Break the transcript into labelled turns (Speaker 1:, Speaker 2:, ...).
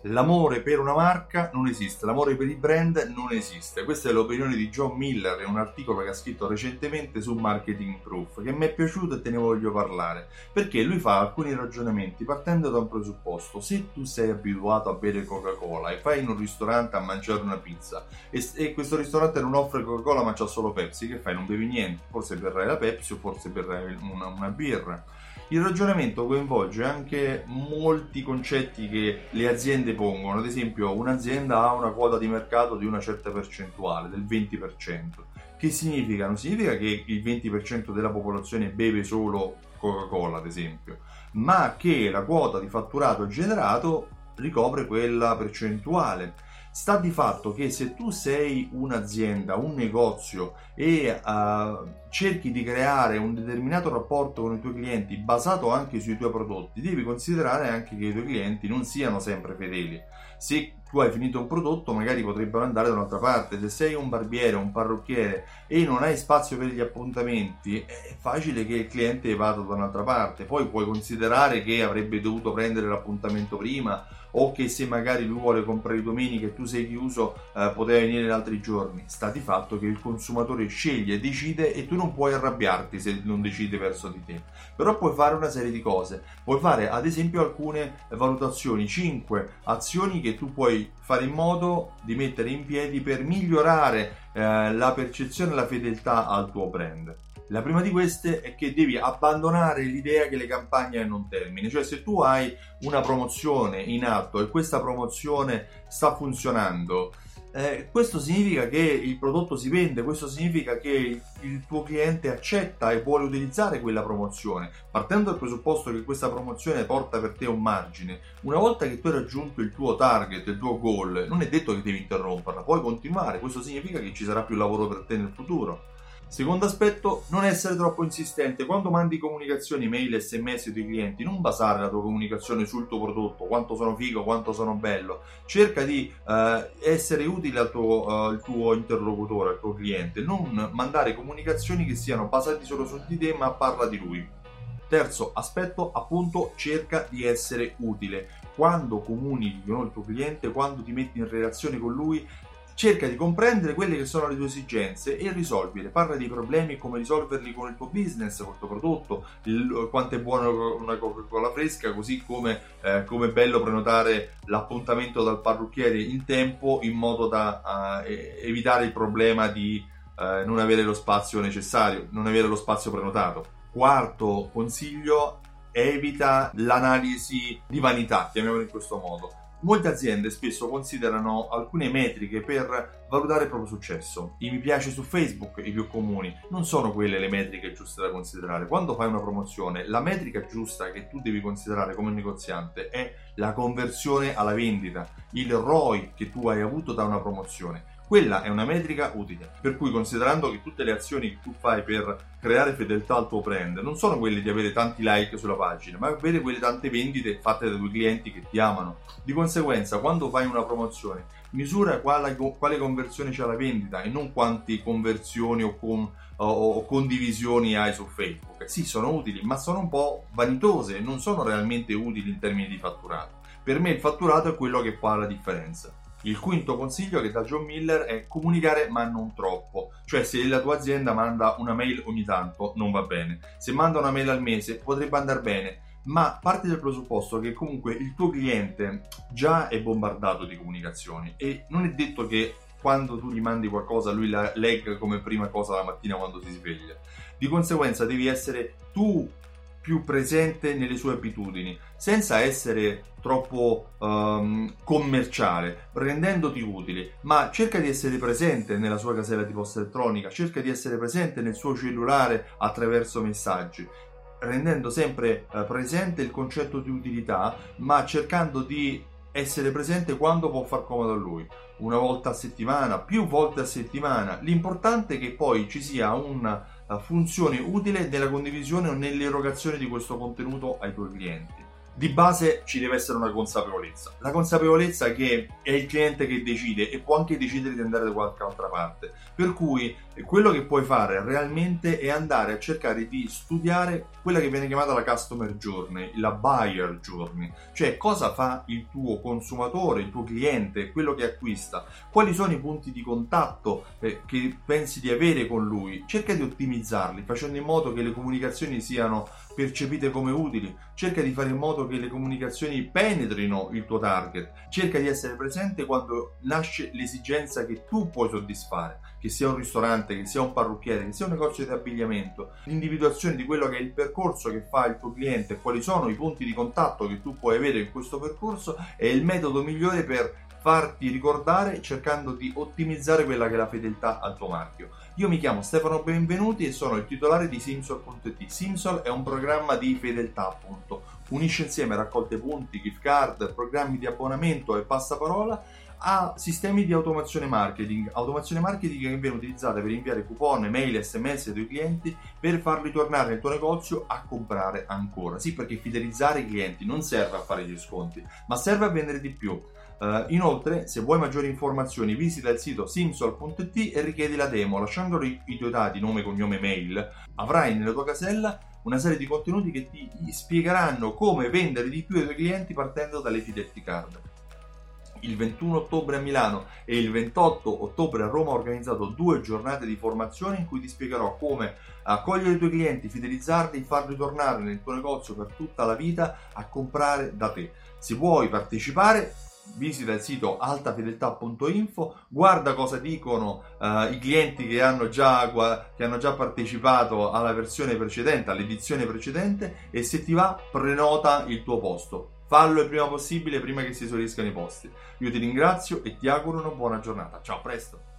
Speaker 1: L'amore per una marca non esiste, l'amore per il brand non esiste. Questa è l'opinione di John Miller in un articolo che ha scritto recentemente su Marketing Proof, che mi è piaciuto e te ne voglio parlare, perché lui fa alcuni ragionamenti partendo da un presupposto. Se tu sei abituato a bere Coca-Cola e vai in un ristorante a mangiare una pizza e questo ristorante non offre Coca-Cola ma c'ha solo Pepsi, che fai? Non bevi niente, forse berrai la Pepsi o forse berrai una birra. Il ragionamento coinvolge anche molti concetti che le aziende pongono, ad esempio un'azienda ha una quota di mercato di una certa percentuale, del 20%. Che significa? Non significa che il 20% della popolazione beve solo Coca-Cola, ad esempio, ma che la quota di fatturato generato ricopre quella percentuale. Sta di fatto che se tu sei un'azienda, un negozio e cerchi di creare un determinato rapporto con i tuoi clienti basato anche sui tuoi prodotti, devi considerare anche che i tuoi clienti non siano sempre fedeli. Se tu hai finito un prodotto, magari potrebbero andare da un'altra parte. Se sei un barbiere, un parrucchiere e non hai spazio per gli appuntamenti, è facile che il cliente vada da un'altra parte. Poi puoi considerare che avrebbe dovuto prendere l'appuntamento prima, o che se magari lui vuole comprare domenica e tu sei chiuso, poteva venire in altri giorni. Sta di fatto che il consumatore sceglie, decide e tu non puoi arrabbiarti se non decide verso di te. Però puoi fare una serie di cose. Puoi fare ad esempio alcune valutazioni, 5 azioni che tu puoi fare in modo di mettere in piedi per migliorare la percezione e la fedeltà al tuo brand. La prima di queste è che devi abbandonare l'idea che le campagne hanno un termine, cioè se tu hai una promozione in atto e questa promozione sta funzionando, questo significa che il prodotto si vende, questo significa che il tuo cliente accetta e vuole utilizzare quella promozione, partendo dal presupposto che questa promozione porta per te un margine. Una volta che tu hai raggiunto il tuo target, il tuo goal, non è detto che devi interromperla, puoi continuare, questo significa che ci sarà più lavoro per te nel futuro. Secondo aspetto, non essere troppo insistente. Quando mandi comunicazioni, mail, sms ai tuoi clienti, non basare la tua comunicazione sul tuo prodotto, quanto sono figo, quanto sono bello. Cerca di essere utile al tuo interlocutore, al tuo cliente. Non mandare comunicazioni che siano basate solo su di te, ma parla di lui. Terzo aspetto, appunto, cerca di essere utile. Quando comunichi con il tuo cliente, quando ti metti in relazione con lui, cerca di comprendere quelle che sono le tue esigenze e risolvere. Parla dei problemi e come risolverli con il tuo business, con il tuo prodotto, quanto è buona una Coca-Cola fresca, così come è bello prenotare l'appuntamento dal parrucchiere in tempo in modo da evitare il problema di non avere lo spazio necessario, non avere lo spazio prenotato. Quarto consiglio, evita l'analisi di vanità, chiamiamolo in questo modo. Molte aziende spesso considerano alcune metriche per valutare il proprio successo. I mi piace su Facebook, i più comuni, non sono quelle le metriche giuste da considerare. Quando fai una promozione, la metrica giusta che tu devi considerare come negoziante è la conversione alla vendita, il ROI che tu hai avuto da una promozione. Quella è una metrica utile, per cui considerando che tutte le azioni che tu fai per creare fedeltà al tuo brand non sono quelle di avere tanti like sulla pagina, ma avere quelle tante vendite fatte dai tuoi clienti che ti amano. Di conseguenza, quando fai una promozione, misura quale conversione c'è la vendita e non quante conversioni o condivisioni hai su Facebook. Sì, sono utili, ma sono un po' vanitose, non sono realmente utili in termini di fatturato. Per me il fatturato è quello che fa la differenza. Il quinto consiglio che dà John Miller è comunicare ma non troppo, cioè se la tua azienda manda una mail ogni tanto non va bene, se manda una mail al mese potrebbe andare bene, ma parti dal presupposto che comunque il tuo cliente già è bombardato di comunicazioni e non è detto che quando tu gli mandi qualcosa lui la legga come prima cosa la mattina quando si sveglia. Di conseguenza devi essere tu più presente nelle sue abitudini, senza essere troppo commerciale, rendendoti utile, ma cerca di essere presente nella sua casella di posta elettronica, cerca di essere presente nel suo cellulare attraverso messaggi, rendendo sempre presente il concetto di utilità, ma cercando di essere presente quando può far comodo a lui, una volta a settimana, più volte a settimana. L'importante è che poi ci sia una funzione utile nella condivisione o nell'erogazione di questo contenuto ai tuoi clienti. Di base ci deve essere una consapevolezza. La consapevolezza che è il cliente che decide e può anche decidere di andare da qualche altra parte. Per cui quello che puoi fare realmente è andare a cercare di studiare quella che viene chiamata la customer journey, la buyer journey, cioè cosa fa il tuo consumatore, il tuo cliente, quello che acquista, quali sono i punti di contatto che pensi di avere con lui. Cerca di ottimizzarli facendo in modo che le comunicazioni siano percepite come utili, cerca di fare in modo che le comunicazioni penetrino il tuo target, cerca di essere presente quando nasce l'esigenza che tu puoi soddisfare, che sia un ristorante, che sia un parrucchiere, che sia un negozio di abbigliamento, l'individuazione di quello che è il percorso che fa il tuo cliente, quali sono i punti di contatto che tu puoi avere in questo percorso è il metodo migliore per farti ricordare cercando di ottimizzare quella che è la fedeltà al tuo marchio. Io mi chiamo Stefano Benvenuti e sono il titolare di Simsol.it. Simsol è un programma di fedeltà, appunto. Unisce insieme raccolte punti, gift card, programmi di abbonamento e passaparola a sistemi di automazione marketing che viene utilizzata per inviare coupon, mail, sms ai tuoi clienti per farli tornare nel tuo negozio a comprare ancora. Sì, perché fidelizzare i clienti non serve a fare gli sconti, ma serve a vendere di più. Inoltre, se vuoi maggiori informazioni, visita il sito simsol.it e richiedi la demo. Lasciandolo i tuoi dati, nome, cognome, mail, avrai nella tua casella una serie di contenuti che ti spiegheranno come vendere di più ai tuoi clienti partendo dalle Fidelity Card. Il 21 ottobre a Milano e il 28 ottobre a Roma ho organizzato 2 giornate di formazione in cui ti spiegherò come accogliere i tuoi clienti, fidelizzarli, farli tornare nel tuo negozio per tutta la vita a comprare da te. Se vuoi partecipare, visita il sito altafedeltà.info, guarda cosa dicono i clienti che hanno già partecipato alla versione precedente, all'edizione precedente, e se ti va prenota il tuo posto. Fallo il prima possibile, prima che si esauriscano i posti. Io ti ringrazio e ti auguro una buona giornata. Ciao, a presto!